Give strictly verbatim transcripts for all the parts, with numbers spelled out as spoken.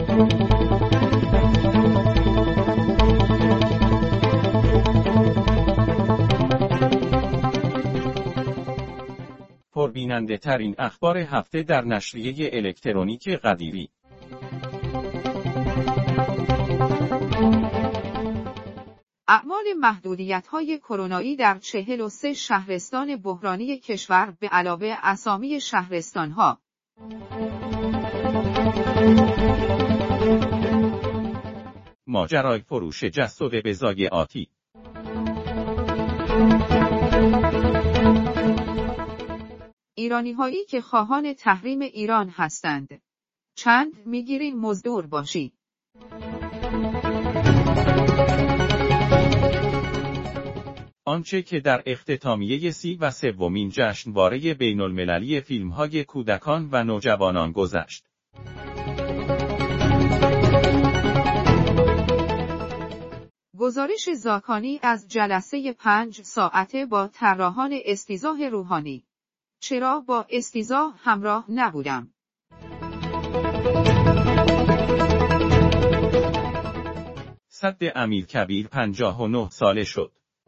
پربیننده ترین اخبار هفته در نشریه الکترونیک قدیری. اعمال محدودیت‌های کرونایی در چهل و سه شهرستان بحرانی کشور به علاوه اسامی شهرستان‌ها. ماجرای فروش جسد به ضایعاتی. ایرانی‌هایی که خواهان تحریم ایران هستند. چند می‌گیرین مزدور باشی. آنچه که در اختتامیه سی و سومین جشنواره بین‌المللی فیلم‌های کودکان و نوجوانان گذشت. گزارش زاکانی از جلسه پنج ساعته با طراحان استیضاح روحانی. چرا با استیضاح همراه نبودم؟ سد امیرکبیر پنجاه و نه ساله شد.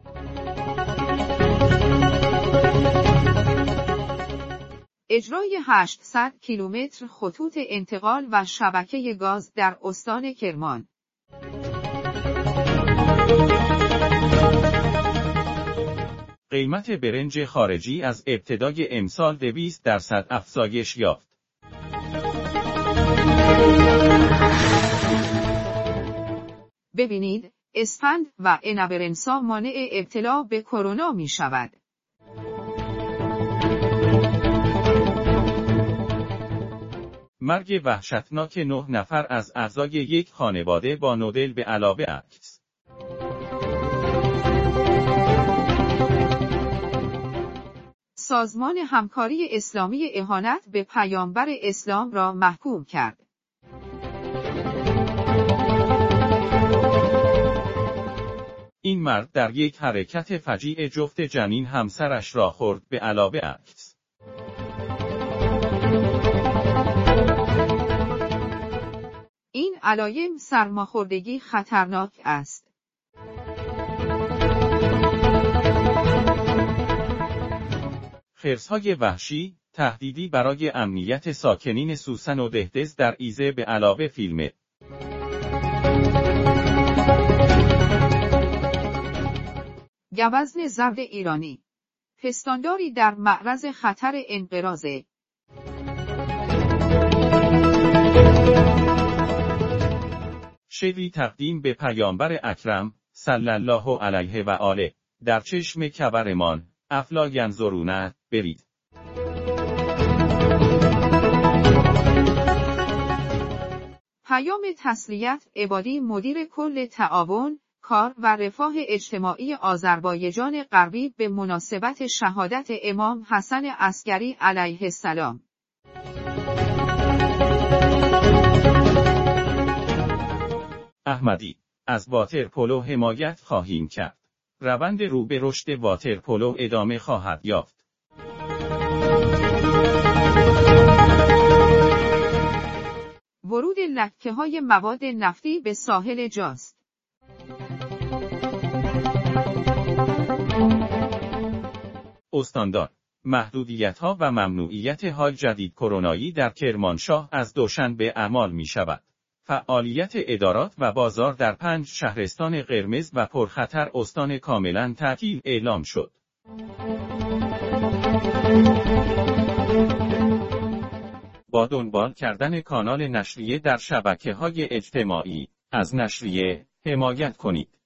اجرای هشتصد کیلومتر خطوط انتقال و شبکه گاز در استان کرمان. قیمت برنج خارجی از ابتدای امسال دویست درصد افزایش یافت. ببینید، اسفند و عنبرنسا مانع ابتلا به کرونا می شود. مرگ وحشتناک نه نفر از اعضای یک خانواده با نودل به علاوه عکس. سازمان همکاری اسلامی اهانت به پیامبر اسلام را محکوم کرد. این مرد در یک حرکت فجیع جفت جنین همسرش را خورد به علاوه عکس. این علایم سرماخوردگی خطرناک است. خرس‌های وحشی، تهدیدی برای امنیت ساکنین سوسن و دهدز در ایزه به علاوه فیلم. گوزن زرد ایرانی. پستانداری در معرض خطر انقراض. شعری تقدیم به پیامبر اکرم صلی الله علیه و آله. در چشم کبرمان افلا ینظرون برید. پیام تسلیت عبادی مدیر کل تعاون، کار و رفاه اجتماعی آذربایجان غربی به مناسبت شهادت امام حسن عسکری علیه السلام. احمدی: از واترپولو حمایت خواهیم کرد. روند رو به رشد واترپولو ادامه خواهد یافت. ورود لکه‌های مواد نفتی به ساحل جاست. استاندار: محدودیت‌ها و ممنوعیت‌های جدید کرونایی در کرمانشاه از دوشنبه اعمال می‌شود. فعالیت ادارات و بازار در پنج شهرستان قرمز و پرخطر استان کاملا تعطیل اعلام شد. با دنبال کردن کانال نشریه در شبکه‌های اجتماعی، از نشریه حمایت کنید.